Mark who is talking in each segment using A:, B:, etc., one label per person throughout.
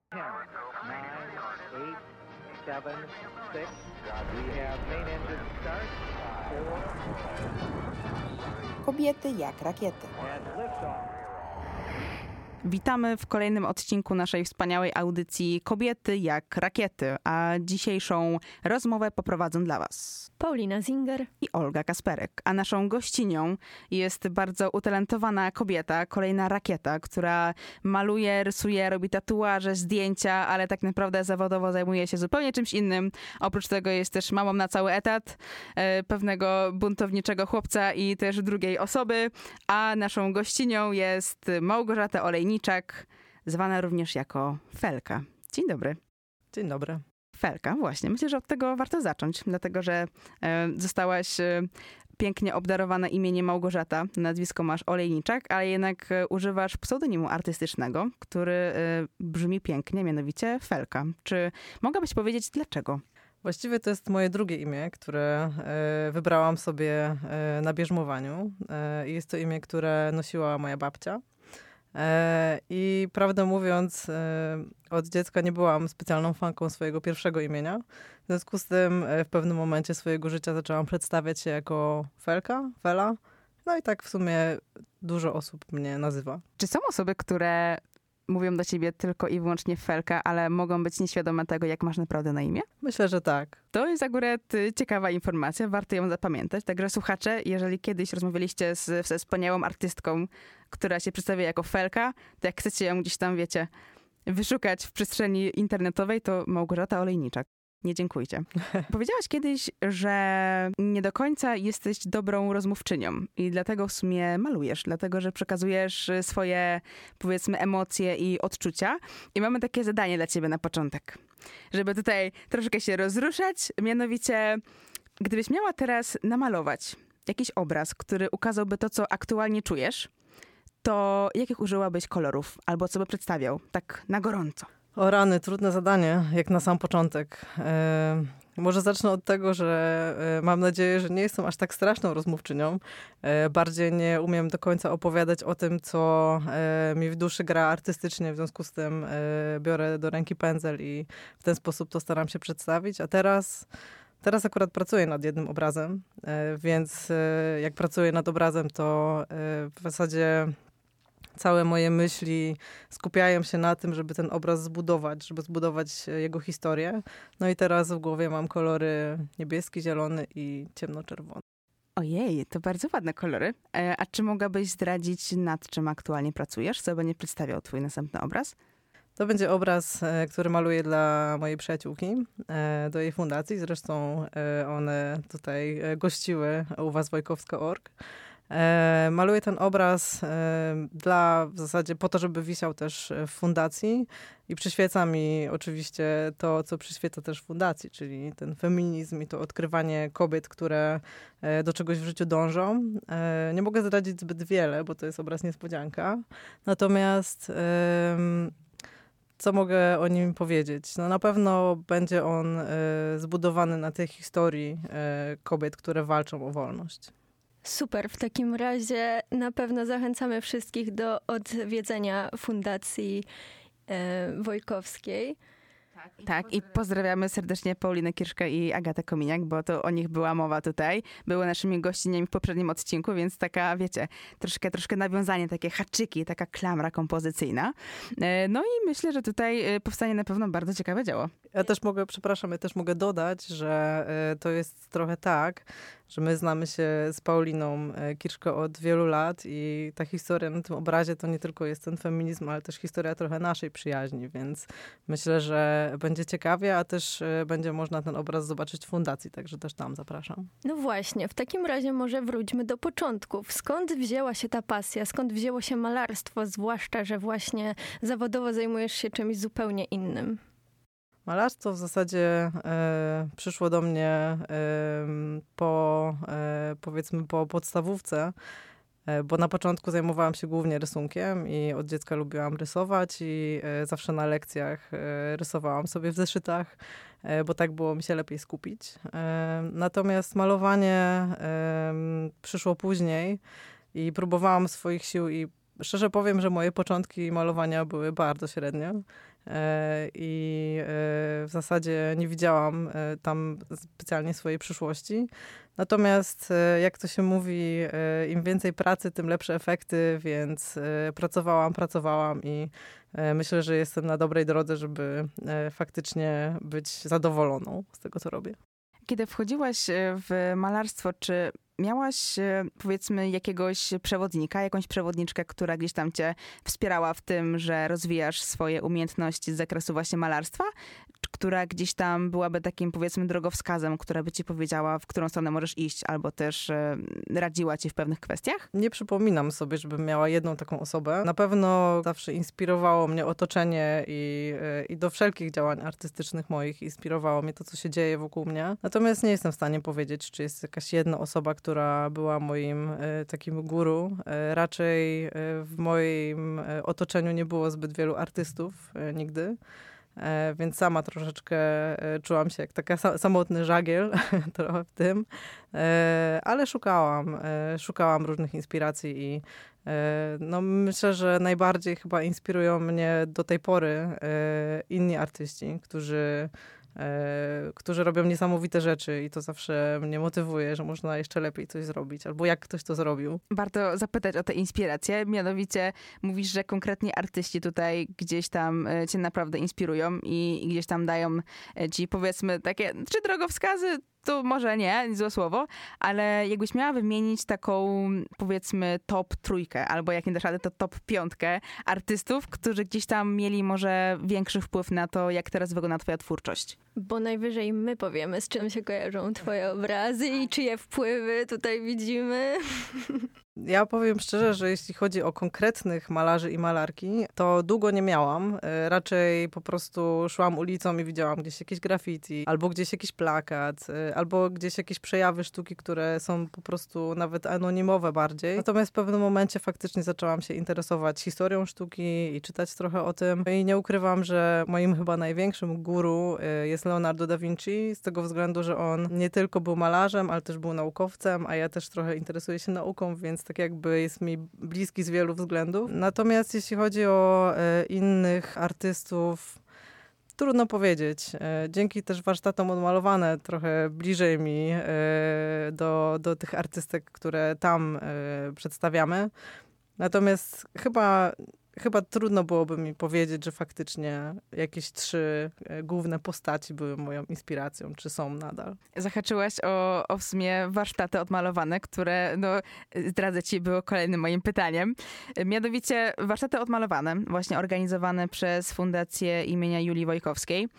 A: 10, 9, 8, 7, 6. We have main engine start. 4.
B: Kobiety jak rakiety.
A: And liftoff.
B: Witamy w kolejnym odcinku naszej wspaniałej audycji Kobiety jak rakiety, a dzisiejszą rozmowę poprowadzą dla Was
C: Paulina Zinger
B: i Olga Kasperek. A naszą gościnią jest bardzo utalentowana kobieta, kolejna rakieta, która maluje, rysuje, robi tatuaże, zdjęcia, ale tak naprawdę zawodowo zajmuje się zupełnie czymś innym. Oprócz tego jest też mamą na cały etat, pewnego buntowniczego chłopca i też drugiej osoby. A naszą gościnią jest Małgorzata Olejniczak, zwana również jako Felka. Dzień dobry.
D: Dzień dobry.
B: Felka, właśnie. Myślę, że od tego warto zacząć, dlatego że zostałaś pięknie obdarowana imieniem Małgorzata. Nazwisko masz Olejniczak, ale jednak używasz pseudonimu artystycznego, który brzmi pięknie, mianowicie Felka. Czy mogłabyś powiedzieć dlaczego?
D: Właściwie to jest moje drugie imię, które wybrałam sobie na bierzmowaniu. Jest to imię, które nosiła moja babcia. I prawdę mówiąc, od dziecka nie byłam specjalną fanką swojego pierwszego imienia. W związku z tym w pewnym momencie swojego życia zaczęłam przedstawiać się jako Felka, Fela. No i tak w sumie dużo osób mnie nazywa.
B: Czy są osoby, które mówią do ciebie tylko i wyłącznie Felka, ale mogą być nieświadome tego, jak masz naprawdę na imię?
D: Myślę, że tak.
B: To jest akurat ciekawa informacja, warto ją zapamiętać. Także słuchacze, jeżeli kiedyś rozmawialiście ze wspaniałą artystką, która się przedstawia jako Felka, to jak chcecie ją gdzieś tam, wiecie, wyszukać w przestrzeni internetowej, to Małgorzata Olejniczak. Nie dziękujcie. Powiedziałaś kiedyś, że nie do końca jesteś dobrą rozmówczynią i dlatego w sumie malujesz, dlatego że przekazujesz swoje, powiedzmy, emocje i odczucia. I mamy takie zadanie dla ciebie na początek, żeby tutaj troszkę się rozruszać. Mianowicie, gdybyś miała teraz namalować jakiś obraz, który ukazałby to, co aktualnie czujesz, to jakich użyłabyś kolorów albo co by przedstawiał, tak na gorąco?
D: O rany, trudne zadanie, jak na sam początek. Może zacznę od tego, że mam nadzieję, że nie jestem aż tak straszną rozmówczynią. Bardziej nie umiem do końca opowiadać o tym, co mi w duszy gra artystycznie. W związku z tym biorę do ręki pędzel i w ten sposób to staram się przedstawić. A teraz akurat pracuję nad jednym obrazem, więc jak pracuję nad obrazem, to w zasadzie całe moje myśli skupiają się na tym, żeby ten obraz zbudować, żeby zbudować jego historię. No i teraz w głowie mam kolory niebieski, zielony i ciemnoczerwony.
B: Ojej, to bardzo ładne kolory. A czy mogłabyś zdradzić, nad czym aktualnie pracujesz? Co będzie przedstawiał twój następny obraz?
D: To będzie obraz, który maluję dla mojej przyjaciółki, do jej fundacji. Zresztą one tutaj gościły u was Wojkowska.org. Maluję ten obraz w zasadzie po to, żeby wisiał też w fundacji i przyświeca mi oczywiście to, co przyświeca też fundacji, czyli ten feminizm i to odkrywanie kobiet, które do czegoś w życiu dążą. Nie mogę zdradzić zbyt wiele, bo to jest obraz niespodzianka. Natomiast co mogę o nim powiedzieć? No na pewno będzie on zbudowany na tej historii kobiet, które walczą o wolność.
C: Super, w takim razie na pewno zachęcamy wszystkich do odwiedzenia Fundacji Wojkowskiej.
B: Tak, i pozdrawiamy serdecznie Paulinę Kirszkę i Agatę Kominiak, bo to o nich była mowa tutaj. Były naszymi gościniami w poprzednim odcinku, więc taka, wiecie, troszkę nawiązanie, takie haczyki, taka klamra kompozycyjna. No i myślę, że tutaj powstanie na pewno bardzo ciekawe dzieło.
D: Ja też mogę dodać, że to jest trochę tak, że my znamy się z Pauliną Kirszką od wielu lat i ta historia na tym obrazie to nie tylko jest ten feminizm, ale też historia trochę naszej przyjaźni, więc myślę, że będzie ciekawie, a też będzie można ten obraz zobaczyć w fundacji, także też tam zapraszam.
C: No właśnie, w takim razie może wróćmy do początków. Skąd wzięła się ta pasja? Skąd wzięło się malarstwo? Zwłaszcza, że właśnie zawodowo zajmujesz się czymś zupełnie innym.
D: Malarstwo w zasadzie przyszło do mnie powiedzmy po podstawówce, bo na początku zajmowałam się głównie rysunkiem i od dziecka lubiłam rysować i zawsze na lekcjach rysowałam sobie w zeszytach, bo tak było mi się lepiej skupić. Natomiast malowanie przyszło później i próbowałam swoich sił i szczerze powiem, że moje początki malowania były bardzo średnie i w zasadzie nie widziałam tam specjalnie swojej przyszłości. Natomiast jak to się mówi, im więcej pracy, tym lepsze efekty, więc pracowałam i myślę, że jestem na dobrej drodze, żeby faktycznie być zadowoloną z tego, co robię.
B: Kiedy wchodziłaś w malarstwo, czy miałaś, powiedzmy, jakiegoś przewodnika, jakąś przewodniczkę, która gdzieś tam cię wspierała w tym, że rozwijasz swoje umiejętności z zakresu właśnie malarstwa? Która gdzieś tam byłaby takim, powiedzmy, drogowskazem, która by ci powiedziała, w którą stronę możesz iść, albo też radziła ci w pewnych kwestiach?
D: Nie przypominam sobie, żebym miała jedną taką osobę. Na pewno zawsze inspirowało mnie otoczenie i do wszelkich działań artystycznych moich inspirowało mnie to, co się dzieje wokół mnie. Natomiast nie jestem w stanie powiedzieć, czy jest jakaś jedna osoba, która była moim takim guru. Raczej w moim otoczeniu nie było zbyt wielu artystów nigdy. Więc sama troszeczkę czułam się jak taka samotny żagiel trochę w tym, ale szukałam różnych inspiracji i no myślę, że najbardziej chyba inspirują mnie do tej pory inni artyści, którzy robią niesamowite rzeczy i to zawsze mnie motywuje, że można jeszcze lepiej coś zrobić, albo jak ktoś to zrobił.
B: Warto zapytać o te inspiracje, mianowicie mówisz, że konkretnie artyści tutaj gdzieś tam cię naprawdę inspirują i gdzieś tam dają ci, powiedzmy, takie, czy drogowskazy, to może nie, złe słowo, ale jakbyś miała wymienić taką, powiedzmy, top 3, albo jak nie dasz rady, to top 5 artystów, którzy gdzieś tam mieli może większy wpływ na to, jak teraz wygląda twoja twórczość.
C: Bo najwyżej my powiemy, z czym się kojarzą twoje obrazy i czyje wpływy tutaj widzimy.
D: Ja powiem szczerze, że jeśli chodzi o konkretnych malarzy i malarki, to długo nie miałam. Raczej po prostu szłam ulicą i widziałam gdzieś jakieś graffiti, albo gdzieś jakiś plakat, albo gdzieś jakieś przejawy sztuki, które są po prostu nawet anonimowe bardziej. Natomiast w pewnym momencie faktycznie zaczęłam się interesować historią sztuki i czytać trochę o tym. I nie ukrywam, że moim chyba największym guru jest Leonardo da Vinci, z tego względu, że on nie tylko był malarzem, ale też był naukowcem, a ja też trochę interesuję się nauką, więc tak jakby jest mi bliski z wielu względów. Natomiast jeśli chodzi o innych artystów, trudno powiedzieć. Dzięki też warsztatom Odmalowane trochę bliżej mi do tych artystek, które tam przedstawiamy. Natomiast chyba trudno byłoby mi powiedzieć, że faktycznie jakieś 3 główne postaci były moją inspiracją, czy są nadal.
B: Zahaczyłaś o w sumie warsztaty odmalowane, które, no, zdradzę ci, było kolejnym moim pytaniem. Mianowicie warsztaty odmalowane, właśnie organizowane przez Fundację imienia Julii Wojkowskiej.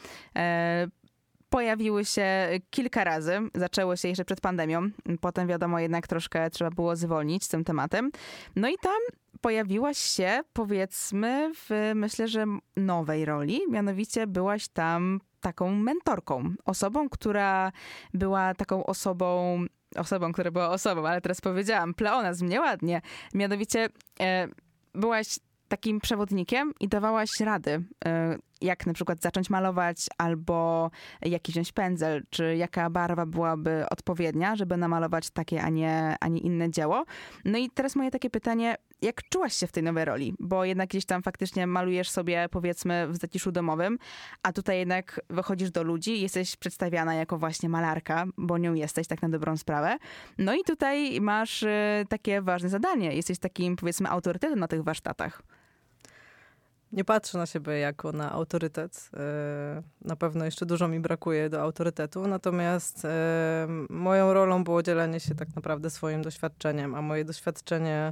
B: Pojawiły się kilka razy, zaczęło się jeszcze przed pandemią, potem wiadomo jednak troszkę trzeba było zwolnić z tym tematem. No i tam pojawiłaś się, powiedzmy, w, myślę, że nowej roli, mianowicie byłaś tam taką mentorką, osobą, która była taką osobą, która była osobą, ale teraz powiedziałam, pleonazm, nieładnie, mianowicie byłaś takim przewodnikiem i dawałaś rady, jak na przykład zacząć malować, albo jaki wziąć pędzel, czy jaka barwa byłaby odpowiednia, żeby namalować takie, a nie inne dzieło. No i teraz moje takie pytanie, jak czułaś się w tej nowej roli? Bo jednak gdzieś tam faktycznie malujesz sobie, powiedzmy, w zaciszu domowym, a tutaj jednak wychodzisz do ludzi, jesteś przedstawiana jako właśnie malarka, bo nią jesteś tak na dobrą sprawę. No i tutaj masz takie ważne zadanie. Jesteś takim, powiedzmy, autorytetem na tych warsztatach.
D: Nie patrzę na siebie jako na autorytet. Na pewno jeszcze dużo mi brakuje do autorytetu, natomiast moją rolą było dzielenie się tak naprawdę swoim doświadczeniem, a moje doświadczenie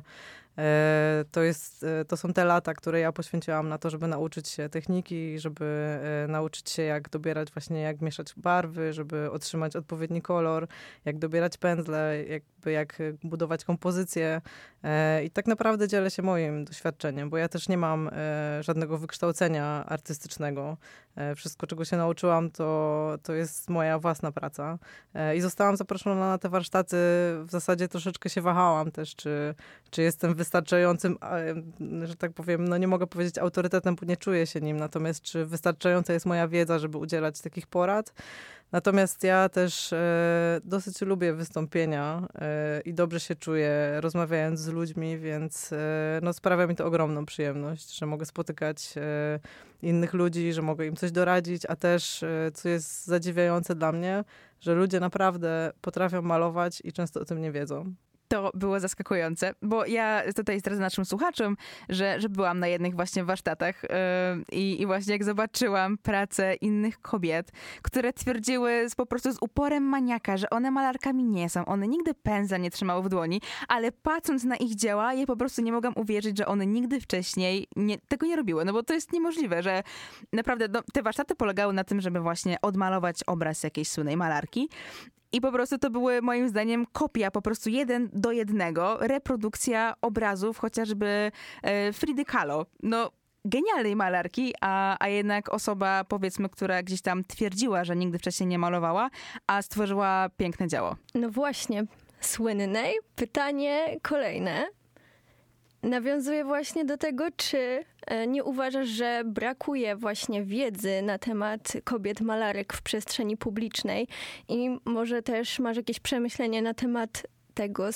D: to są te lata, które ja poświęciłam na to, żeby nauczyć się techniki, żeby nauczyć się, jak dobierać właśnie, jak mieszać barwy, żeby otrzymać odpowiedni kolor, jak dobierać pędzle, jak budować kompozycję. I tak naprawdę dzielę się moim doświadczeniem, bo ja też nie mam żadnego wykształcenia artystycznego. Wszystko, czego się nauczyłam, to jest moja własna praca. I zostałam zaproszona na te warsztaty. W zasadzie troszeczkę się wahałam też, czy jestem wystarczającym, że tak powiem, no nie mogę powiedzieć autorytetem, bo nie czuję się nim, natomiast czy wystarczająca jest moja wiedza, żeby udzielać takich porad. Natomiast ja też dosyć lubię wystąpienia i dobrze się czuję rozmawiając z ludźmi, więc no, sprawia mi to ogromną przyjemność, że mogę spotykać innych ludzi, że mogę im coś doradzić, a też, co jest zadziwiające dla mnie, że ludzie naprawdę potrafią malować i często o tym nie wiedzą.
B: To było zaskakujące, bo ja tutaj zdradzę naszym słuchaczom, że byłam na jednych właśnie warsztatach i właśnie jak zobaczyłam pracę innych kobiet, które twierdziły po prostu z uporem maniaka, że one malarkami nie są, one nigdy pędzla nie trzymały w dłoni, ale patrząc na ich dzieła, ja po prostu nie mogłam uwierzyć, że one nigdy wcześniej tego nie robiły, no bo to jest niemożliwe, że naprawdę no, te warsztaty polegały na tym, żeby właśnie odmalować obraz jakiejś słynnej malarki. I po prostu to były moim zdaniem kopia, po prostu 1:1, reprodukcja obrazów chociażby Fridy Kahlo. No, genialnej malarki, a jednak osoba, powiedzmy, która gdzieś tam twierdziła, że nigdy wcześniej nie malowała, a stworzyła piękne dzieło.
C: No właśnie, słynnej. Pytanie kolejne. Nawiązuje właśnie do tego, czy nie uważasz, że brakuje właśnie wiedzy na temat kobiet malarek w przestrzeni publicznej i może też masz jakieś przemyślenie na temat tego,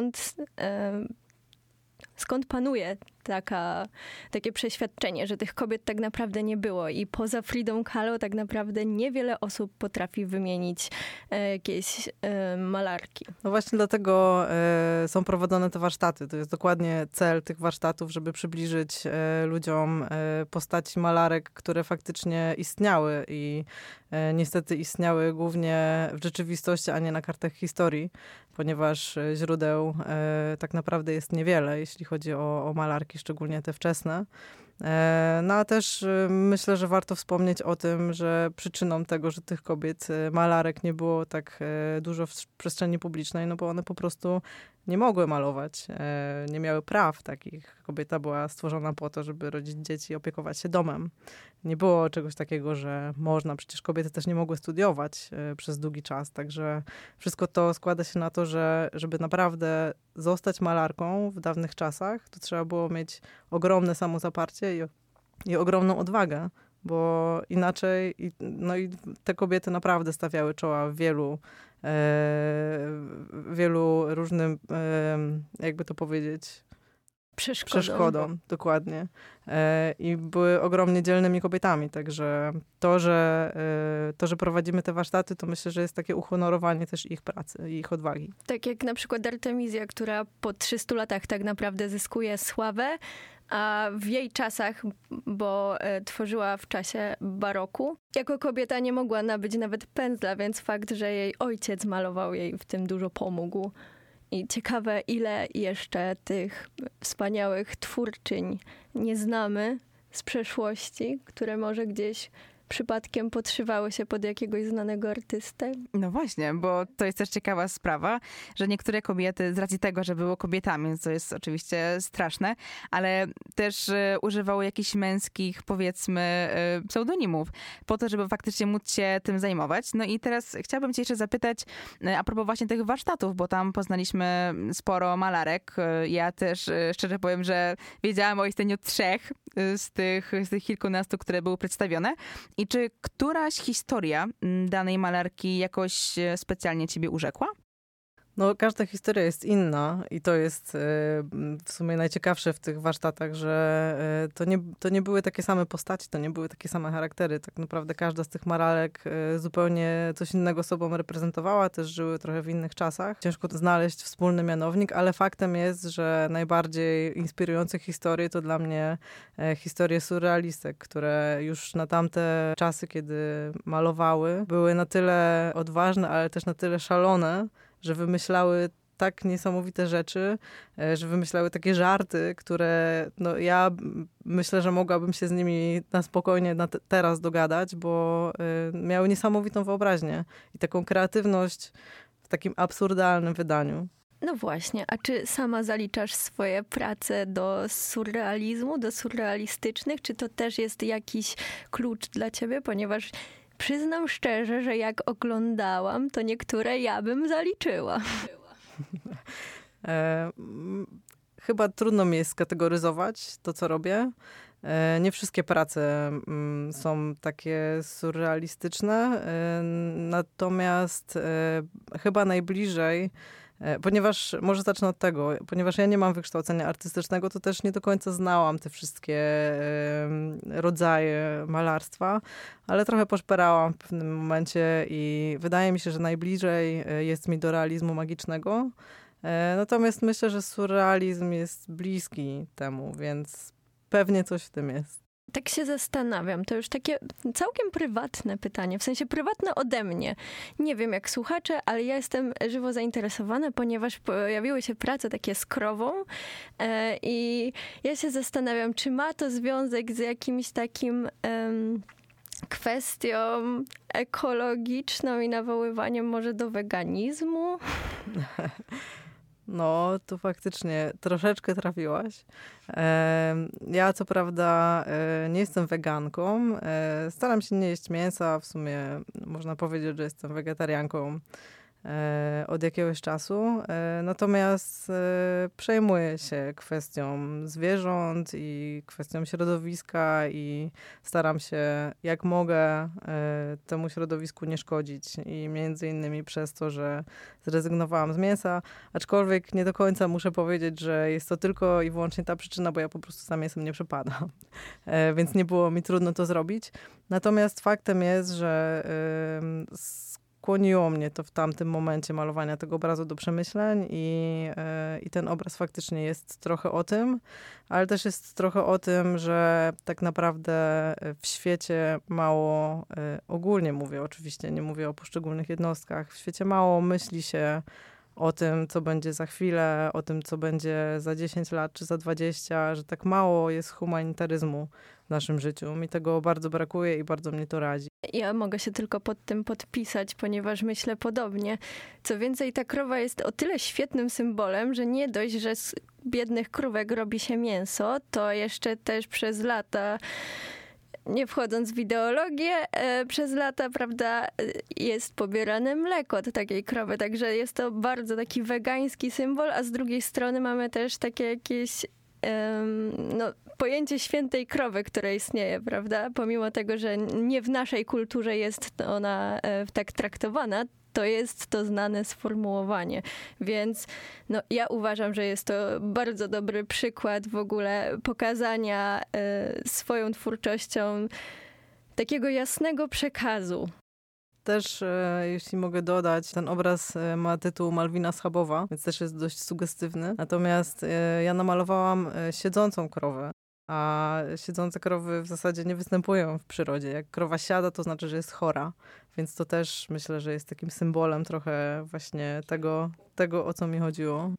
C: skąd panuje takie przeświadczenie, że tych kobiet tak naprawdę nie było i poza Fridą Kahlo tak naprawdę niewiele osób potrafi wymienić jakieś malarki.
D: No właśnie dlatego są prowadzone te warsztaty. To jest dokładnie cel tych warsztatów, żeby przybliżyć ludziom postaci malarek, które faktycznie istniały i niestety istniały głównie w rzeczywistości, a nie na kartach historii, ponieważ źródeł tak naprawdę jest niewiele, jeśli chodzi o malarki, szczególnie te wczesne. No a też myślę, że warto wspomnieć o tym, że przyczyną tego, że tych kobiet malarek nie było tak dużo w przestrzeni publicznej, no bo one po prostu nie mogły malować, nie miały praw takich. Kobieta była stworzona po to, żeby rodzić dzieci i opiekować się domem. Nie było czegoś takiego, że można. Przecież kobiety też nie mogły studiować przez długi czas, także wszystko to składa się na to, że żeby naprawdę zostać malarką w dawnych czasach, to trzeba było mieć ogromne samozaparcie i ogromną odwagę, bo inaczej, no i te kobiety naprawdę stawiały czoła wielu różnym, jakby to powiedzieć, przeszkodom, dokładnie. I były ogromnie dzielnymi kobietami, także to, że prowadzimy te warsztaty, to myślę, że jest takie uhonorowanie też ich pracy i ich odwagi.
C: Tak jak na przykład Artemizja, która po 300 latach tak naprawdę zyskuje sławę, a w jej czasach, bo tworzyła w czasie baroku, jako kobieta nie mogła nabyć nawet pędzla, więc fakt, że jej ojciec malował jej w tym dużo pomógł. I ciekawe, ile jeszcze tych wspaniałych twórczyń nie znamy z przeszłości, które może gdzieś przypadkiem podszywały się pod jakiegoś znanego artystę.
B: No właśnie, bo to jest też ciekawa sprawa, że niektóre kobiety, z racji tego, że były kobietami, co jest oczywiście straszne, ale też używały jakichś męskich, powiedzmy, pseudonimów, po to, żeby faktycznie móc się tym zajmować. No i teraz chciałabym cię jeszcze zapytać a propos właśnie tych warsztatów, bo tam poznaliśmy sporo malarek. Ja też szczerze powiem, że wiedziałam o istnieniu 3 z tych kilkunastu, które były przedstawione. I czy któraś historia danej malarki jakoś specjalnie ciebie urzekła?
D: No, każda historia jest inna i to jest w sumie najciekawsze w tych warsztatach, że to nie były takie same postaci, to nie były takie same charaktery. Tak naprawdę każda z tych malarek zupełnie coś innego sobą reprezentowała, też żyły trochę w innych czasach. Ciężko znaleźć wspólny mianownik, ale faktem jest, że najbardziej inspirujące historie to dla mnie historie surrealistek, które już na tamte czasy, kiedy malowały, były na tyle odważne, ale też na tyle szalone, że wymyślały tak niesamowite rzeczy, że wymyślały takie żarty, które no, ja myślę, że mogłabym się z nimi na spokojnie teraz dogadać, bo miały niesamowitą wyobraźnię i taką kreatywność w takim absurdalnym wydaniu.
C: No właśnie, a czy sama zaliczasz swoje prace do surrealizmu, do surrealistycznych? Czy to też jest jakiś klucz dla ciebie? Ponieważ przyznam szczerze, że jak oglądałam, to niektóre ja bym zaliczyła.
D: chyba trudno mi jest skategoryzować to, co robię. Nie wszystkie prace są takie surrealistyczne, natomiast chyba najbliżej, ponieważ, może zacznę od tego, ponieważ ja nie mam wykształcenia artystycznego, to też nie do końca znałam te wszystkie rodzaje malarstwa, ale trochę poszperałam w pewnym momencie i wydaje mi się, że najbliżej jest mi do realizmu magicznego. Natomiast myślę, że surrealizm jest bliski temu, więc pewnie coś w tym jest.
C: Tak się zastanawiam, to już takie całkiem prywatne pytanie, w sensie prywatne ode mnie. Nie wiem jak słuchacze, ale ja jestem żywo zainteresowana, ponieważ pojawiły się prace takie z krową i ja się zastanawiam, czy ma to związek z jakimś takim kwestią ekologiczną i nawoływaniem może do weganizmu?
D: No, tu faktycznie troszeczkę trafiłaś. Ja co prawda nie jestem weganką. Staram się nie jeść mięsa. W sumie można powiedzieć, że jestem wegetarianką od jakiegoś czasu. Natomiast przejmuję się kwestią zwierząt i kwestią środowiska i staram się jak mogę temu środowisku nie szkodzić. I między innymi przez to, że zrezygnowałam z mięsa, aczkolwiek nie do końca muszę powiedzieć, że jest to tylko i wyłącznie ta przyczyna, bo ja po prostu za mięsem nie przepadam. Więc nie było mi trudno to zrobić. Natomiast faktem jest, że skłoniło mnie to w tamtym momencie malowania tego obrazu do przemyśleń i ten obraz faktycznie jest trochę o tym, ale też jest trochę o tym, że tak naprawdę w świecie mało, ogólnie mówię oczywiście, nie mówię o poszczególnych jednostkach, w świecie mało myśli się o tym, co będzie za chwilę, o tym, co będzie za 10 lat czy za 20, że tak mało jest humanitaryzmu w naszym życiu. Mi tego bardzo brakuje i bardzo mnie to radzi.
C: Ja mogę się tylko pod tym podpisać, ponieważ myślę podobnie. Co więcej, ta krowa jest o tyle świetnym symbolem, że nie dość, że z biednych krówek robi się mięso, to jeszcze też przez lata, nie wchodząc w ideologię, przez lata, prawda, jest pobierane mleko od takiej krowy, także jest to bardzo taki wegański symbol, a z drugiej strony mamy też takie jakieś pojęcie świętej krowy, które istnieje, prawda? Pomimo tego, że nie w naszej kulturze jest ona tak traktowana, to jest to znane sformułowanie. Więc ja uważam, że jest to bardzo dobry przykład w ogóle pokazania swoją twórczością takiego jasnego przekazu.
D: Też, jeśli mogę dodać, ten obraz ma tytuł Malwina Schabowa, więc też jest dość sugestywny. Natomiast ja namalowałam siedzącą krowę, a siedzące krowy w zasadzie nie występują w przyrodzie. Jak krowa siada, to znaczy, że jest chora. Więc to też myślę, że jest takim symbolem trochę właśnie tego o co mi chodziło.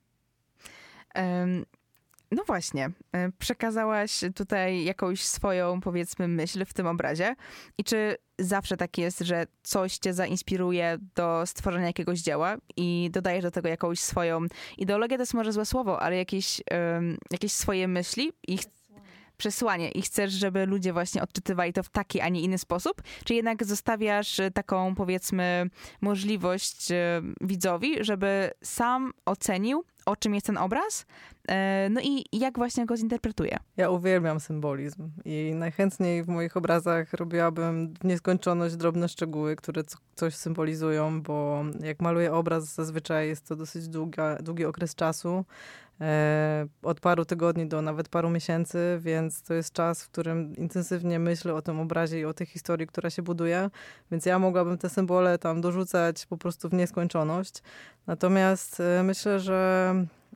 B: No właśnie, przekazałaś tutaj jakąś swoją, powiedzmy, myśl w tym obrazie. I czy zawsze tak jest, że coś cię zainspiruje do stworzenia jakiegoś dzieła i dodajesz do tego jakąś swoją ideologię, to jest może złe słowo, ale jakieś swoje myśli i przesłanie i chcesz, żeby ludzie właśnie odczytywali to w taki, a nie inny sposób? Czy jednak zostawiasz taką, powiedzmy, możliwość widzowi, żeby sam ocenił, o czym jest ten obraz, no i jak właśnie go zinterpretuje?
D: Ja uwielbiam symbolizm i najchętniej w moich obrazach robiłabym w nieskończoność drobne szczegóły, które coś symbolizują, bo jak maluję obraz, zazwyczaj jest to dosyć długi okres czasu, od paru tygodni do nawet paru miesięcy, więc to jest czas, w którym intensywnie myślę o tym obrazie i o tej historii, która się buduje, więc ja mogłabym te symbole tam dorzucać po prostu w nieskończoność. Natomiast myślę, że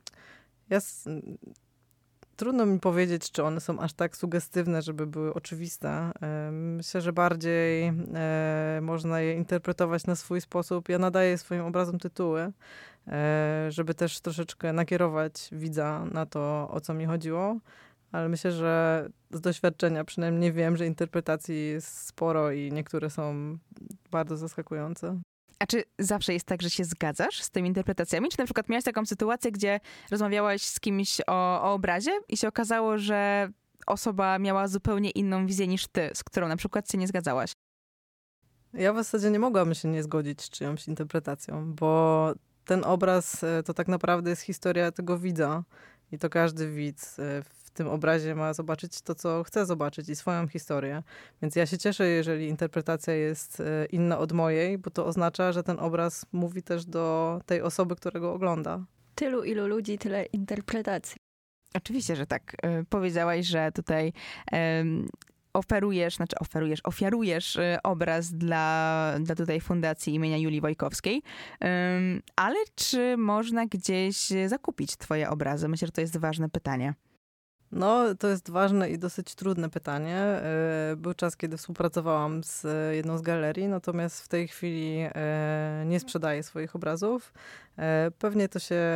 D: trudno mi powiedzieć, czy one są aż tak sugestywne, żeby były oczywiste. Myślę, że bardziej można je interpretować na swój sposób. Ja nadaję swoim obrazom tytuły, żeby też troszeczkę nakierować widza na to, o co mi chodziło. Ale myślę, że z doświadczenia przynajmniej wiem, że interpretacji jest sporo i niektóre są bardzo zaskakujące.
B: A czy zawsze jest tak, że się zgadzasz z tymi interpretacjami? Czy na przykład miałaś taką sytuację, gdzie rozmawiałaś z kimś o obrazie i się okazało, że osoba miała zupełnie inną wizję niż ty, z którą na przykład się nie zgadzałaś?
D: Ja w zasadzie nie mogłabym się nie zgodzić z czyjąś interpretacją, bo ten obraz to tak naprawdę jest historia tego widza I to każdy widz w tym obrazie ma zobaczyć to, co chce zobaczyć i swoją historię. Więc ja się cieszę, jeżeli interpretacja jest inna od mojej, bo to oznacza, że ten obraz mówi też do tej osoby, która go ogląda.
C: Tylu, ilu ludzi, tyle interpretacji.
B: Oczywiście, że tak. Powiedziałaś, że tutaj ofiarujesz obraz dla tutaj Fundacji imienia Julii Wojkowskiej. Ale czy można gdzieś zakupić twoje obrazy? Myślę, że to jest ważne pytanie.
D: No, to jest ważne i dosyć trudne pytanie. Był czas, kiedy współpracowałam z jedną z galerii, natomiast w tej chwili nie sprzedaję swoich obrazów. Pewnie to się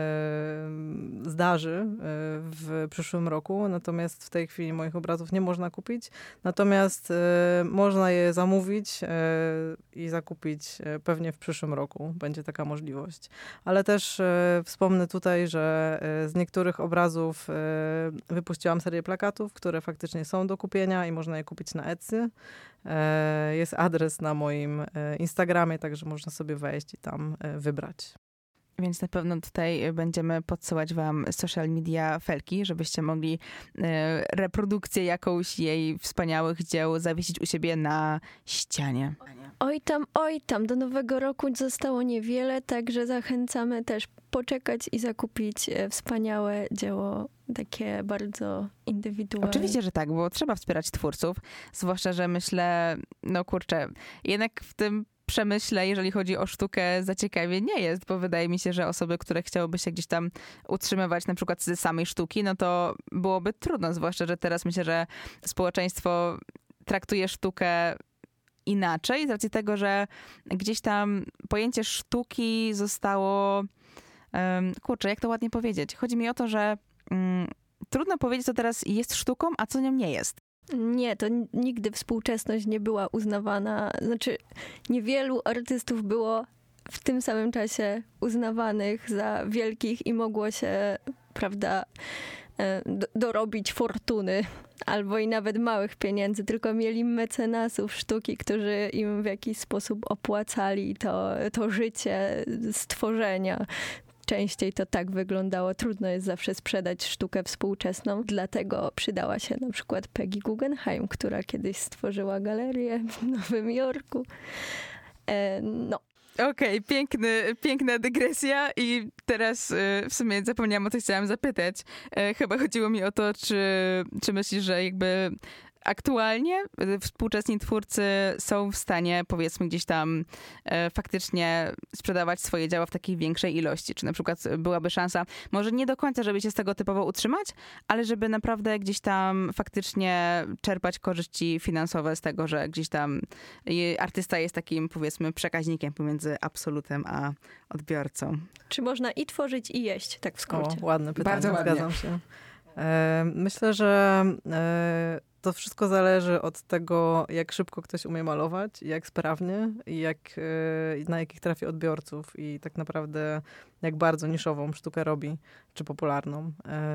D: zdarzy w przyszłym roku, natomiast w tej chwili moich obrazów nie można kupić. Natomiast można je zamówić i zakupić pewnie w przyszłym roku. Będzie taka możliwość. Ale też wspomnę tutaj, że z niektórych obrazów wypuściłam serię plakatów, które faktycznie są do kupienia i można je kupić na Etsy. Jest adres na moim Instagramie, także można sobie wejść i tam wybrać.
B: Więc na pewno tutaj będziemy podsyłać wam social media Felki, żebyście mogli reprodukcję jakąś jej wspaniałych dzieł zawiesić u siebie na ścianie.
C: Oj tam, do nowego roku zostało niewiele, także zachęcamy też poczekać i zakupić wspaniałe dzieło, takie bardzo indywidualne.
B: Oczywiście, że tak, bo trzeba wspierać twórców, zwłaszcza, że myślę, no kurczę, jednak w tym przemyśle, jeżeli chodzi o sztukę, za ciekawie nie jest, bo wydaje mi się, że osoby, które chciałyby się gdzieś tam utrzymywać na przykład ze samej sztuki, no to byłoby trudno, zwłaszcza, że teraz myślę, że społeczeństwo traktuje sztukę inaczej, z racji tego, że gdzieś tam pojęcie sztuki zostało, kurczę, jak to ładnie powiedzieć? Chodzi mi o to, że trudno powiedzieć, co teraz jest sztuką, a co nią nie jest.
C: Nie, to nigdy współczesność nie była uznawana. Znaczy, niewielu artystów było w tym samym czasie uznawanych za wielkich i mogło się, prawda, dorobić fortuny albo i nawet małych pieniędzy, tylko mieli mecenasów sztuki, którzy im w jakiś sposób opłacali to życie stworzenia. Częściej to tak wyglądało. Trudno jest zawsze sprzedać sztukę współczesną. Dlatego przydała się na przykład Peggy Guggenheim, która kiedyś stworzyła galerię w Nowym Jorku. No.
B: Okej, piękna dygresja i teraz w sumie zapomniałam, o co chciałam zapytać. Chyba chodziło mi o to, czy myślisz, że jakby aktualnie współczesni twórcy są w stanie, powiedzmy, gdzieś tam faktycznie sprzedawać swoje dzieła w takiej większej ilości? Czy na przykład byłaby szansa, może nie do końca, żeby się z tego typowo utrzymać, ale żeby naprawdę gdzieś tam faktycznie czerpać korzyści finansowe z tego, że gdzieś tam artysta jest takim, powiedzmy, przekaźnikiem pomiędzy absolutem a odbiorcą?
C: Czy można i tworzyć, i jeść, tak w skrócie?
D: O, ładne pytanie,
B: Bardzo ładnie.
D: zgadzam się. Myślę, że to wszystko zależy od tego, jak szybko ktoś umie malować, jak sprawnie i na jakich trafi odbiorców i tak naprawdę jak bardzo niszową sztukę robi, czy popularną.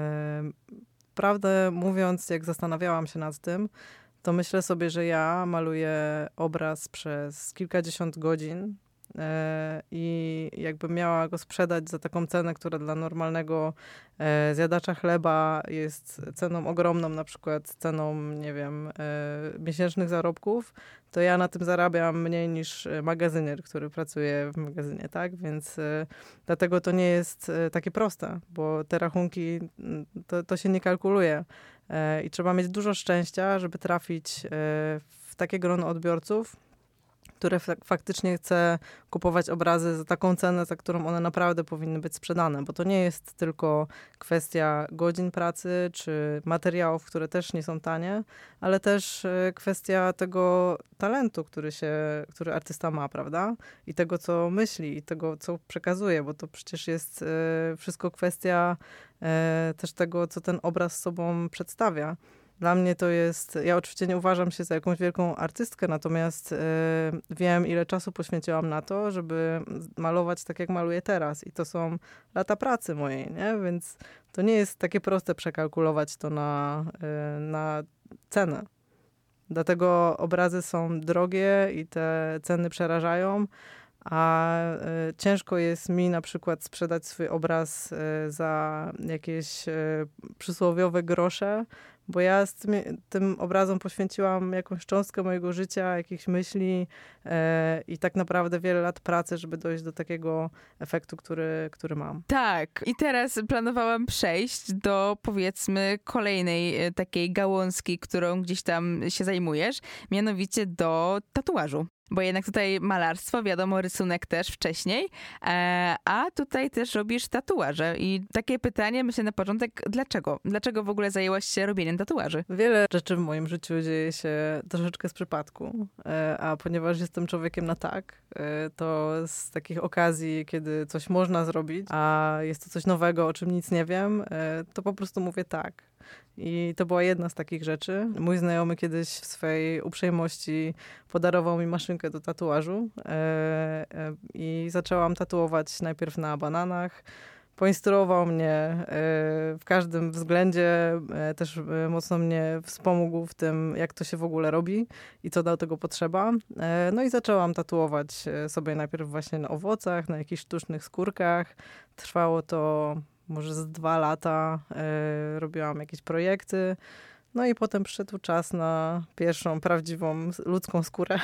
D: Prawdę mówiąc, jak zastanawiałam się nad tym, to myślę sobie, że ja maluję obraz przez kilkadziesiąt godzin i jakbym miała go sprzedać za taką cenę, która dla normalnego zjadacza chleba jest ceną ogromną, na przykład ceną, nie wiem, miesięcznych zarobków, to ja na tym zarabiam mniej niż magazynier, który pracuje w magazynie, tak? Więc dlatego to nie jest takie proste, bo te rachunki to się nie kalkuluje i trzeba mieć dużo szczęścia, żeby trafić w takie grono odbiorców, które faktycznie chce kupować obrazy za taką cenę, za którą one naprawdę powinny być sprzedane, bo to nie jest tylko kwestia godzin pracy czy materiałów, które też nie są tanie, ale też kwestia tego talentu, który artysta ma, prawda? I tego, co myśli, i tego, co przekazuje, bo to przecież jest wszystko kwestia też tego, co ten obraz sobą przedstawia. Dla mnie to jest, ja oczywiście nie uważam się za jakąś wielką artystkę, natomiast wiem, ile czasu poświęciłam na to, żeby malować tak, jak maluję teraz. I to są lata pracy mojej, nie? Więc to nie jest takie proste przekalkulować to na cenę. Dlatego obrazy są drogie i te ceny przerażają, a ciężko jest mi na przykład sprzedać swój obraz za jakieś przysłowiowe grosze, bo ja z tym obrazom poświęciłam jakąś cząstkę mojego życia, jakichś myśli i tak naprawdę wiele lat pracy, żeby dojść do takiego efektu, który mam.
B: Tak. I teraz planowałam przejść do, powiedzmy, kolejnej takiej gałązki, którą gdzieś tam się zajmujesz, mianowicie do tatuażu. Bo jednak tutaj malarstwo, wiadomo, rysunek też wcześniej, a tutaj też robisz tatuaże. I takie pytanie, myślę na początek, dlaczego? Dlaczego w ogóle zajęłaś się robieniem tatuaży?
D: Wiele rzeczy w moim życiu dzieje się troszeczkę z przypadku, a ponieważ jestem człowiekiem na tak, to z takich okazji, kiedy coś można zrobić, a jest to coś nowego, o czym nic nie wiem, to po prostu mówię tak. I to była jedna z takich rzeczy. Mój znajomy kiedyś w swojej uprzejmości podarował mi maszynkę do tatuażu i zaczęłam tatuować najpierw na bananach. Poinstruował mnie w każdym względzie, też mocno mnie wspomógł w tym, jak to się w ogóle robi i co do tego potrzeba. No i zaczęłam tatuować sobie najpierw właśnie na owocach, na jakichś sztucznych skórkach. Trwało to może z 2 lata, robiłam jakieś projekty. No i potem przyszedł czas na pierwszą prawdziwą ludzką skórę,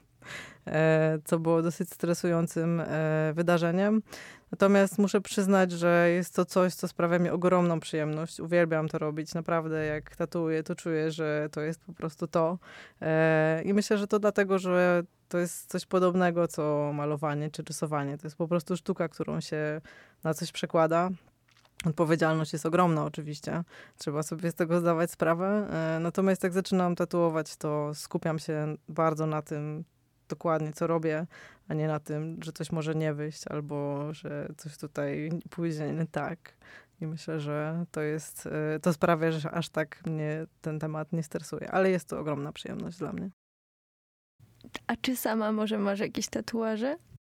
D: co było dosyć stresującym wydarzeniem. Natomiast muszę przyznać, że jest to coś, co sprawia mi ogromną przyjemność. Uwielbiam to robić. Naprawdę, jak tatuję, to czuję, że to jest po prostu to. I myślę, że to dlatego, że to jest coś podobnego, co malowanie czy rysowanie. To jest po prostu sztuka, którą się na coś przekłada. Odpowiedzialność jest ogromna oczywiście. Trzeba sobie z tego zdawać sprawę. Natomiast jak zaczynam tatuować, to skupiam się bardzo na tym dokładnie, co robię, a nie na tym, że coś może nie wyjść albo że coś tutaj pójdzie nie tak. I myślę, że to sprawia, że aż tak mnie ten temat nie stresuje. Ale jest to ogromna przyjemność dla mnie.
C: A czy sama może masz jakieś tatuaże?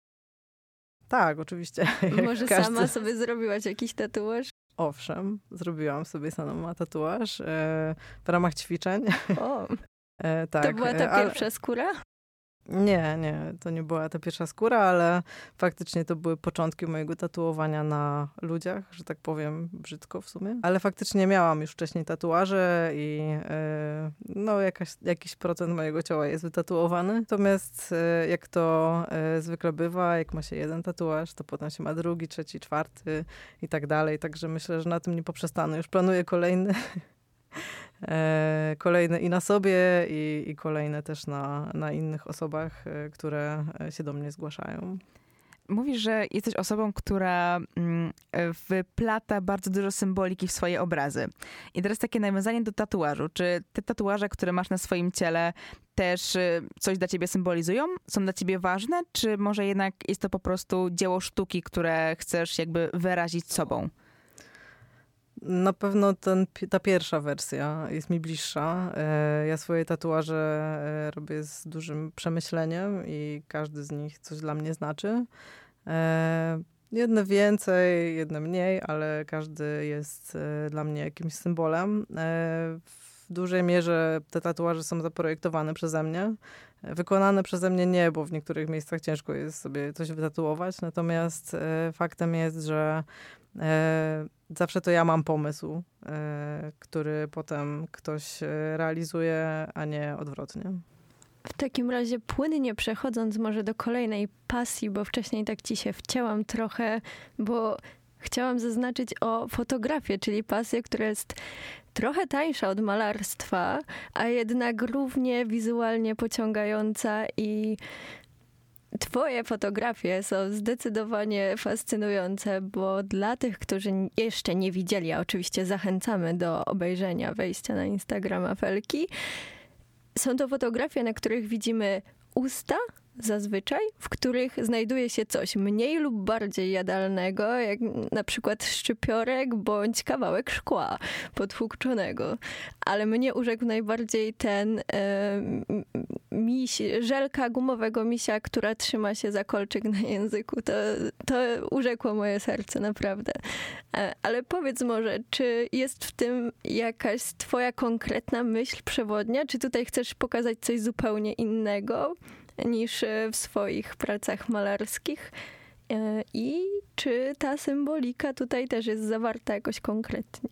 D: Tak, oczywiście.
C: Może sama sobie zrobiłaś jakiś tatuaż?
D: Owszem, zrobiłam sobie sama tatuaż w ramach ćwiczeń.
C: O,
D: tak,
C: to była ta pierwsza skóra?
D: Nie, to nie była ta pierwsza skóra, ale faktycznie to były początki mojego tatuowania na ludziach, że tak powiem brzydko w sumie. Ale faktycznie miałam już wcześniej tatuaże i no jakiś procent mojego ciała jest wytatuowany. Natomiast jak to zwykle bywa, jak ma się jeden tatuaż, to potem się ma drugi, trzeci, czwarty i tak dalej. Także myślę, że na tym nie poprzestanę. Już planuję kolejny. Kolejne i na sobie, i kolejne też na innych osobach, które się do mnie zgłaszają.
B: Mówisz, że jesteś osobą, która wyplata bardzo dużo symboliki w swoje obrazy. I teraz takie nawiązanie do tatuażu. Czy te tatuaże, które masz na swoim ciele, też coś dla ciebie symbolizują? Są dla ciebie ważne? Czy może jednak jest to po prostu dzieło sztuki, które chcesz jakby wyrazić sobą?
D: Na pewno ta pierwsza wersja jest mi bliższa. Ja swoje tatuaże robię z dużym przemyśleniem i każdy z nich coś dla mnie znaczy. Jedne więcej, jedne mniej, ale każdy jest dla mnie jakimś symbolem. W dużej mierze te tatuaże są zaprojektowane przeze mnie. Wykonane przeze mnie nie, bo w niektórych miejscach ciężko jest sobie coś wytatuować. Natomiast faktem jest, że zawsze to ja mam pomysł, który potem ktoś realizuje, a nie odwrotnie.
C: W takim razie płynnie przechodząc może do kolejnej pasji, bo wcześniej tak ci się wcięłam trochę, bo chciałam zaznaczyć o fotografię, czyli pasję, która jest trochę tańsza od malarstwa, a jednak równie wizualnie pociągająca i twoje fotografie są zdecydowanie fascynujące, bo dla tych, którzy jeszcze nie widzieli, a oczywiście zachęcamy do obejrzenia, wejścia na Instagrama Felki, są to fotografie, na których widzimy usta, zazwyczaj, w których znajduje się coś mniej lub bardziej jadalnego, jak na przykład szczypiorek bądź kawałek szkła potłukczonego. Ale mnie urzekł najbardziej ten żelka gumowego misia, która trzyma się za kolczyk na języku. To urzekło moje serce, naprawdę. Ale powiedz może, czy jest w tym jakaś twoja konkretna myśl przewodnia? Czy tutaj chcesz pokazać coś zupełnie innego? niż w swoich pracach malarskich. I czy ta symbolika tutaj też jest zawarta jakoś konkretnie?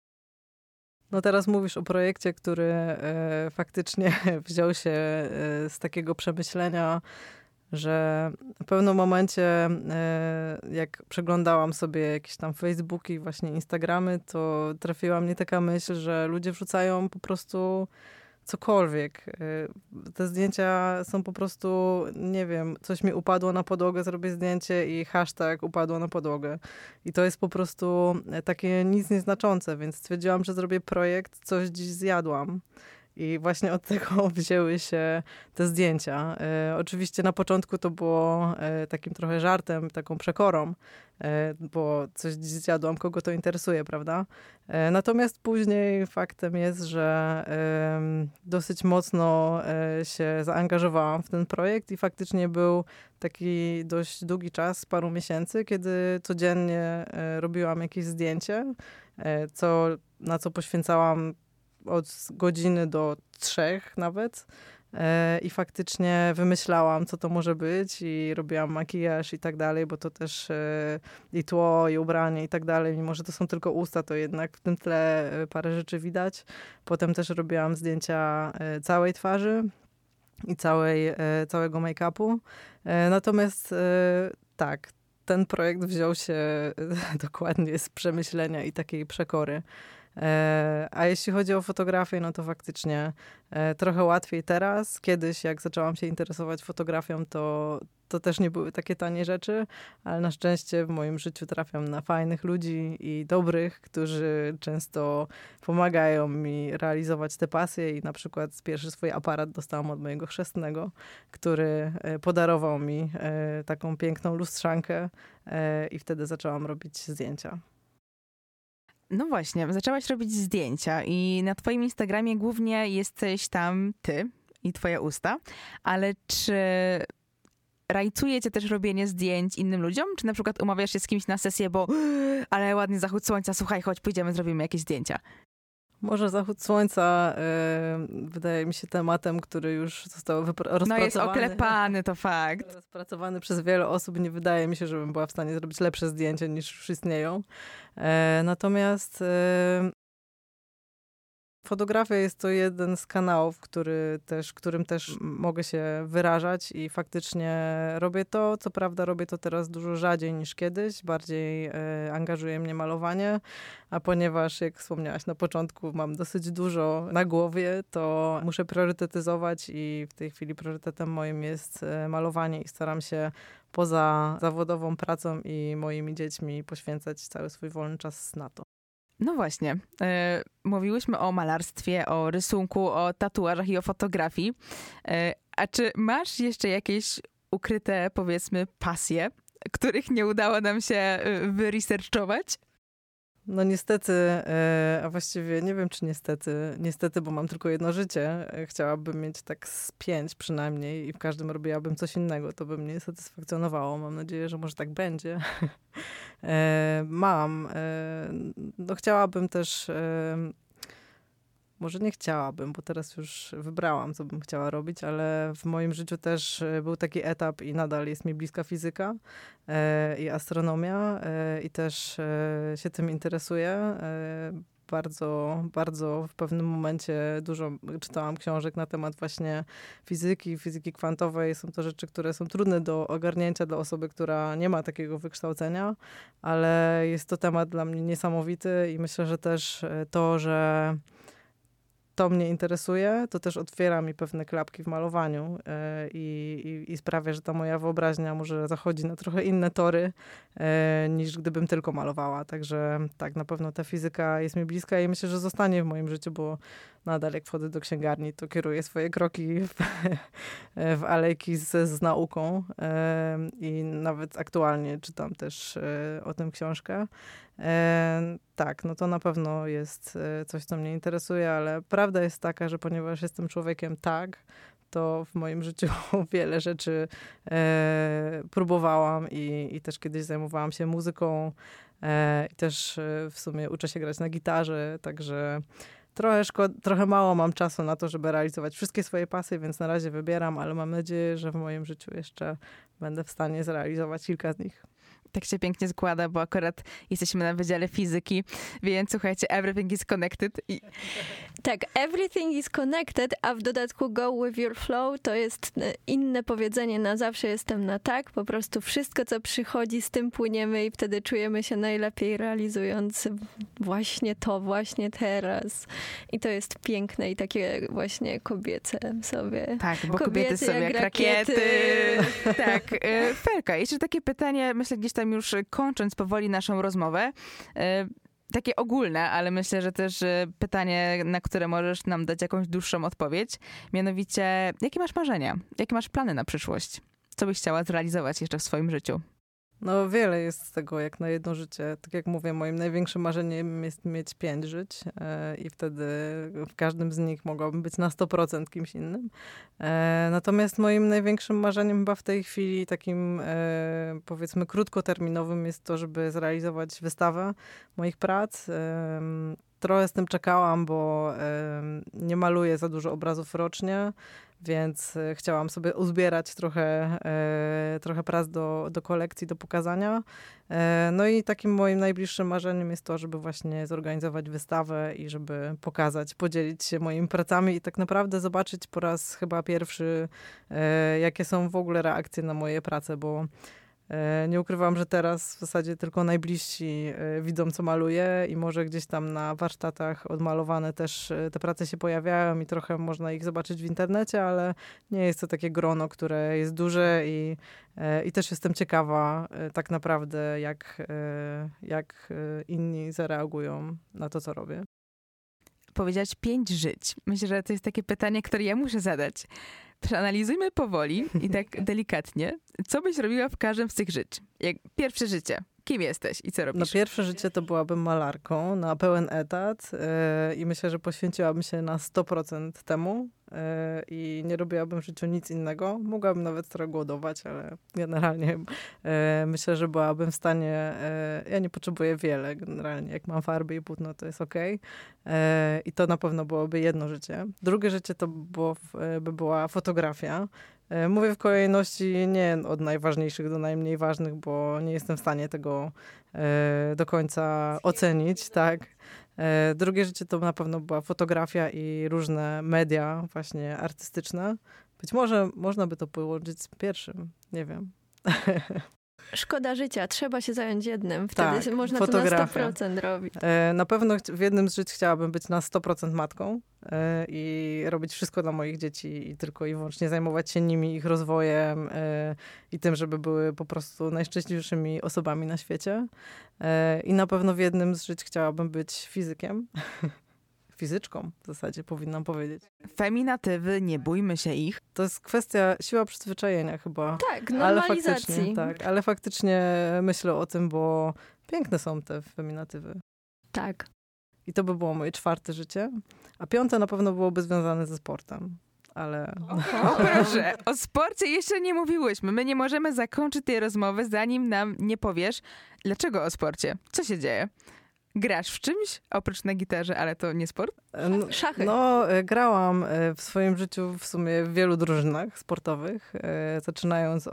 D: No teraz mówisz o projekcie, który faktycznie wziął się z takiego przemyślenia, że w pewnym momencie, jak przeglądałam sobie jakieś tam Facebooki, właśnie Instagramy, to trafiła mnie taka myśl, że ludzie wrzucają po prostu cokolwiek. Te zdjęcia są po prostu, nie wiem, coś mi upadło na podłogę, zrobię zdjęcie i hashtag upadło na podłogę. I to jest po prostu takie nic nieznaczące, więc stwierdziłam, że zrobię projekt, coś dziś zjadłam. I właśnie od tego wzięły się te zdjęcia. Oczywiście na początku to było takim trochę żartem, taką przekorą, bo coś dziś zjadłam, kogo to interesuje, prawda? Natomiast później faktem jest, że dosyć mocno się zaangażowałam w ten projekt i faktycznie był taki dość długi czas, paru miesięcy, kiedy codziennie robiłam jakieś zdjęcie, na co poświęcałam od godziny do 3 nawet. I faktycznie wymyślałam, co to może być i robiłam makijaż i tak dalej, bo to też i tło, i ubranie i tak dalej. Mimo że to są tylko usta, to jednak w tym tle parę rzeczy widać. Potem też robiłam zdjęcia całej twarzy i całego make-upu. Natomiast tak, ten projekt wziął się dokładnie z przemyślenia i takiej przekory. A jeśli chodzi o fotografię, no to faktycznie trochę łatwiej teraz. Kiedyś, jak zaczęłam się interesować fotografią, to też nie były takie tanie rzeczy, ale na szczęście w moim życiu trafiam na fajnych ludzi i dobrych, którzy często pomagają mi realizować te pasje i na przykład pierwszy swój aparat dostałam od mojego chrzestnego, który podarował mi taką piękną lustrzankę i wtedy zaczęłam robić zdjęcia.
B: No właśnie, zaczęłaś robić zdjęcia i na twoim Instagramie głównie jesteś tam ty i twoje usta, ale czy rajcuje cię też robienie zdjęć innym ludziom? Czy na przykład umawiasz się z kimś na sesję, bo ale ładny zachód słońca, słuchaj, chodź, pójdziemy, zrobimy jakieś zdjęcia.
D: Może zachód słońca wydaje mi się tematem, który już został rozpracowany.
B: No jest oklepany, to fakt.
D: Rozpracowany przez wiele osób. Nie wydaje mi się, żebym była w stanie zrobić lepsze zdjęcie niż już istnieją. Natomiast fotografia jest to jeden z kanałów, którym też mogę się wyrażać i faktycznie robię to. Co prawda robię to teraz dużo rzadziej niż kiedyś. Bardziej angażuje mnie malowanie, a ponieważ, jak wspomniałaś na początku, mam dosyć dużo na głowie, to muszę priorytetyzować i w tej chwili priorytetem moim jest malowanie i staram się poza zawodową pracą i moimi dziećmi poświęcać cały swój wolny czas na to.
B: No właśnie, mówiłyśmy o malarstwie, o rysunku, o tatuażach i o fotografii. A czy masz jeszcze jakieś ukryte, powiedzmy, pasje, których nie udało nam się wyresearchować?
D: No niestety, a właściwie nie wiem, czy niestety, bo mam tylko jedno życie. Chciałabym mieć tak z 5 przynajmniej i w każdym robiłabym coś innego. To by mnie satysfakcjonowało. Mam nadzieję, że może tak będzie. No chciałabym też, może nie chciałabym, bo teraz już wybrałam, co bym chciała robić, ale w moim życiu też był taki etap i nadal jest mi bliska fizyka i astronomia i też się tym interesuję. Bardzo, bardzo w pewnym momencie dużo czytałam książek na temat właśnie fizyki kwantowej. Są to rzeczy, które są trudne do ogarnięcia dla osoby, która nie ma takiego wykształcenia, ale jest to temat dla mnie niesamowity i myślę, że też to, że to mnie interesuje, to też otwiera mi pewne klapki w malowaniu i sprawia, że ta moja wyobraźnia może zachodzi na trochę inne tory niż gdybym tylko malowała. Także tak, na pewno ta fizyka jest mi bliska i myślę, że zostanie w moim życiu, bo nadal jak wchodzę do księgarni, to kieruję swoje kroki w alejki z nauką i nawet aktualnie czytam też o tym książkę. Tak, no to na pewno jest coś, co mnie interesuje, ale prawda jest taka, że ponieważ jestem człowiekiem to w moim życiu wiele rzeczy próbowałam i też kiedyś zajmowałam się muzyką i też w sumie uczę się grać na gitarze, także trochę mało mam czasu na to, żeby realizować wszystkie swoje pasje, więc na razie wybieram, ale mam nadzieję, że w moim życiu jeszcze będę w stanie zrealizować kilka z nich.
B: Tak się pięknie składa, bo akurat jesteśmy na Wydziale Fizyki, więc słuchajcie, everything is connected.
C: Tak, everything is connected, a w dodatku go with your flow to jest inne powiedzenie na zawsze jestem na tak. Po prostu wszystko, co przychodzi, z tym płyniemy i wtedy czujemy się najlepiej realizując właśnie to, właśnie teraz. I to jest piękne i takie właśnie kobiece sobie.
B: Tak, bo kobiety są jak rakiety. Tak. Felka, jeszcze takie pytanie, myślę gdzieś tam już kończąc powoli naszą rozmowę, takie ogólne, ale myślę, że też pytanie, na które możesz nam dać jakąś dłuższą odpowiedź. Mianowicie, jakie masz marzenia? Jakie masz plany na przyszłość? Co byś chciała zrealizować jeszcze w swoim życiu?
D: No wiele jest z tego jak na jedno życie. Tak jak mówię, moim największym marzeniem jest mieć 5 żyć i wtedy w każdym z nich mogłabym być na 100% kimś innym. Natomiast moim największym marzeniem chyba w tej chwili takim powiedzmy krótkoterminowym jest to, żeby zrealizować wystawę moich prac. Trochę z tym czekałam, bo nie maluję za dużo obrazów rocznie, więc chciałam sobie uzbierać trochę prac do kolekcji, do pokazania. No i takim moim najbliższym marzeniem jest to, żeby właśnie zorganizować wystawę i żeby pokazać, podzielić się moimi pracami i tak naprawdę zobaczyć po raz chyba pierwszy, jakie są w ogóle reakcje na moje prace, bo nie ukrywam, że teraz w zasadzie tylko najbliżsi widzą, co maluję i może gdzieś tam na warsztatach odmalowane też te prace się pojawiają i trochę można ich zobaczyć w internecie, ale nie jest to takie grono, które jest duże i też jestem ciekawa tak naprawdę, jak inni zareagują na to, co robię.
B: Powiedziałaś 5 żyć. Myślę, że to jest takie pytanie, które ja muszę zadać. Przeanalizujmy powoli i tak delikatnie, co byś robiła w każdym z tych żyć. Jak pierwsze życie. Kim jesteś i co robisz?
D: No pierwsze życie to byłabym malarką na pełen etat i myślę, że poświęciłabym się na 100% temu i nie robiłabym w życiu nic innego. Mogłabym nawet trochę głodować, ale generalnie myślę, że byłabym w stanie, ja nie potrzebuję wiele generalnie, jak mam farby i płótno, to jest okej. I to na pewno byłoby jedno życie. Drugie życie to by była fotografia. Mówię w kolejności nie od najważniejszych do najmniej ważnych, bo nie jestem w stanie tego do końca ocenić, tak. Drugie życie to na pewno była fotografia i różne media właśnie artystyczne. Być może można by to połączyć z pierwszym, nie wiem.
C: Szkoda życia, trzeba się zająć jednym, wtedy
D: tak,
C: można
D: fotografia.
C: to na 100% robić.
D: Na pewno w jednym z żyć chciałabym być na 100% matką i robić wszystko dla moich dzieci i tylko i wyłącznie zajmować się nimi, ich rozwojem i tym, żeby były po prostu najszczęśliwszymi osobami na świecie. I na pewno w jednym z żyć chciałabym być fizykiem. Fizyczką w zasadzie powinnam powiedzieć.
B: Feminatywy, nie bójmy się ich.
D: To jest kwestia siła przyzwyczajenia chyba.
C: Tak, normalizacji.
D: Ale faktycznie myślę o tym, bo piękne są te feminatywy.
C: Tak.
D: I to by było moje 4. życie. A 5 na pewno byłoby związane ze sportem. Ale...
B: O proszę, o sporcie jeszcze nie mówiłyśmy. My nie możemy zakończyć tej rozmowy, zanim nam nie powiesz, dlaczego o sporcie. Co się dzieje? Grasz w czymś, oprócz na gitarze, ale to nie sport?
C: Szachy.
D: No, grałam w swoim życiu w sumie w wielu drużynach sportowych, zaczynając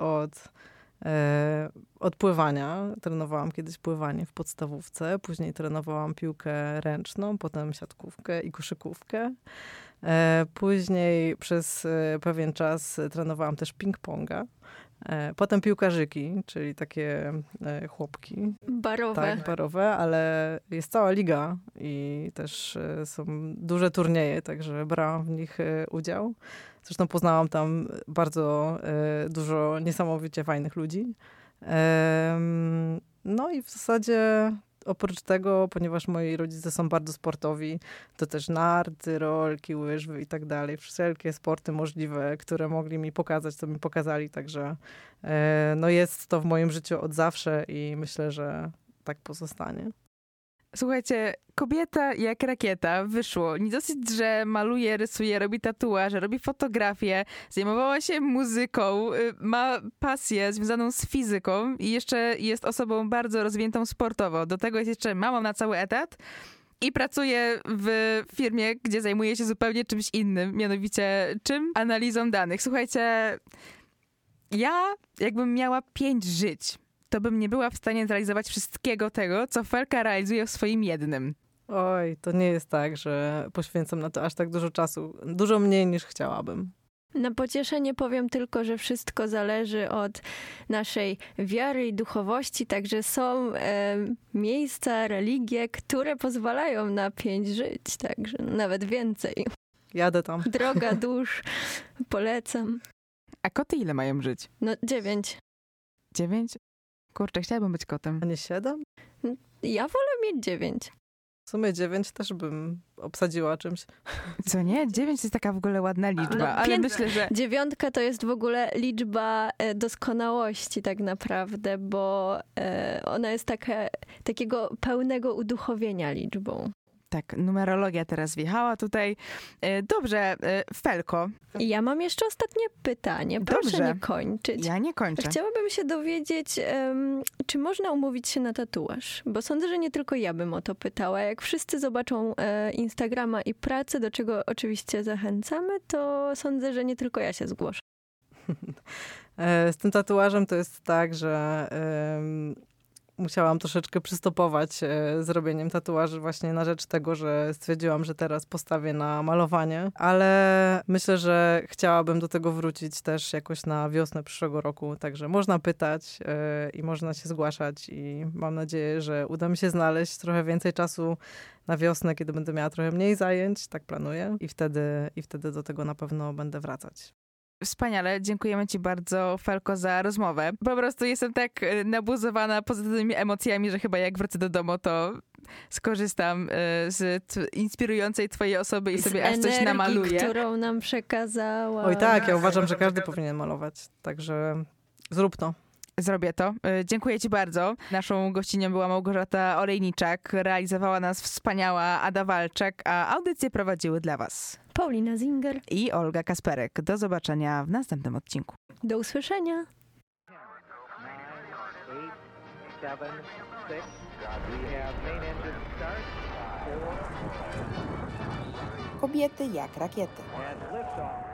D: od pływania. Trenowałam kiedyś pływanie w podstawówce, później trenowałam piłkę ręczną, potem siatkówkę i koszykówkę. Później przez pewien czas trenowałam też ping-ponga. Potem piłkarzyki, czyli takie chłopki.
C: Barowe.
D: Tak, barowe, ale jest cała liga i też są duże turnieje, także brałam w nich udział. Zresztą poznałam tam bardzo dużo niesamowicie fajnych ludzi. No i w zasadzie oprócz tego, ponieważ moi rodzice są bardzo sportowi, to też narty, rolki, łyżwy i tak dalej. Wszelkie sporty możliwe, które mogli mi pokazać, co mi pokazali. Także no jest to w moim życiu od zawsze i myślę, że tak pozostanie.
B: Słuchajcie, kobieta jak rakieta, wyszło. Nie dosyć, że maluje, rysuje, robi tatuaże, robi fotografie, zajmowała się muzyką, ma pasję związaną z fizyką i jeszcze jest osobą bardzo rozwiniętą sportowo. Do tego jest jeszcze mamą na cały etat i pracuję w firmie, gdzie zajmuję się zupełnie czymś innym, mianowicie czym? Analizą danych. Słuchajcie, ja jakbym miała 5 żyć, to bym nie była w stanie zrealizować wszystkiego tego, co Felka realizuje w swoim jednym.
D: Oj, to nie jest tak, że poświęcam na to aż tak dużo czasu. Dużo mniej niż chciałabym.
C: Na pocieszenie powiem tylko, że wszystko zależy od naszej wiary i duchowości, także są miejsca, religie, które pozwalają na 5 żyć, także nawet więcej.
D: Jadę tam.
C: Droga dusz, polecam.
B: A koty ile mają żyć?
C: No 9.
B: 9? Kurczę, chciałabym być kotem.
D: A nie 7?
C: Ja wolę mieć 9.
D: W sumie 9 też bym obsadziła czymś.
B: Co nie? 9 to jest taka w ogóle ładna liczba, ale myślę, że...
C: 9 to jest w ogóle liczba doskonałości tak naprawdę, bo ona jest takiego pełnego uduchowienia liczbą.
B: Tak, numerologia teraz wjechała tutaj. Dobrze, Felko.
C: I ja mam jeszcze ostatnie pytanie. Proszę
B: Dobrze.
C: nie kończyć.
B: Ja nie kończę.
C: Chciałabym się dowiedzieć, czy można umówić się na tatuaż? Bo sądzę, że nie tylko ja bym o to pytała. Jak wszyscy zobaczą Instagrama i pracę, do czego oczywiście zachęcamy, to sądzę, że nie tylko ja się zgłoszę.
D: Z tym tatuażem to jest tak, że musiałam troszeczkę przystopować z robieniem tatuaży właśnie na rzecz tego, że stwierdziłam, że teraz postawię na malowanie, ale myślę, że chciałabym do tego wrócić też jakoś na wiosnę przyszłego roku, także można pytać i można się zgłaszać i mam nadzieję, że uda mi się znaleźć trochę więcej czasu na wiosnę, kiedy będę miała trochę mniej zajęć, tak planuję i wtedy do tego na pewno będę wracać.
B: Wspaniale, dziękujemy ci bardzo, Felko, za rozmowę. Po prostu jestem tak nabuzowana pozytywnymi emocjami, że chyba jak wrócę do domu, to skorzystam z inspirującej twojej osoby i sobie aż coś namaluję.
C: Którą nam przekazała.
D: Oj tak, ja uważam, że każdy powinien malować, także zrób to.
B: Zrobię to. Dziękuję ci bardzo. Naszą gościnią była Małgorzata Olejniczak. Realizowała nas wspaniała Ada Walczak, a audycję prowadziły dla was
C: Paulina Zinger
B: i Olga Kasperek. Do zobaczenia w następnym odcinku.
C: Do usłyszenia.
A: 9, 8, 7, 6. We have main engine start. 4.
B: Kobiety jak rakiety.
A: And liftoff.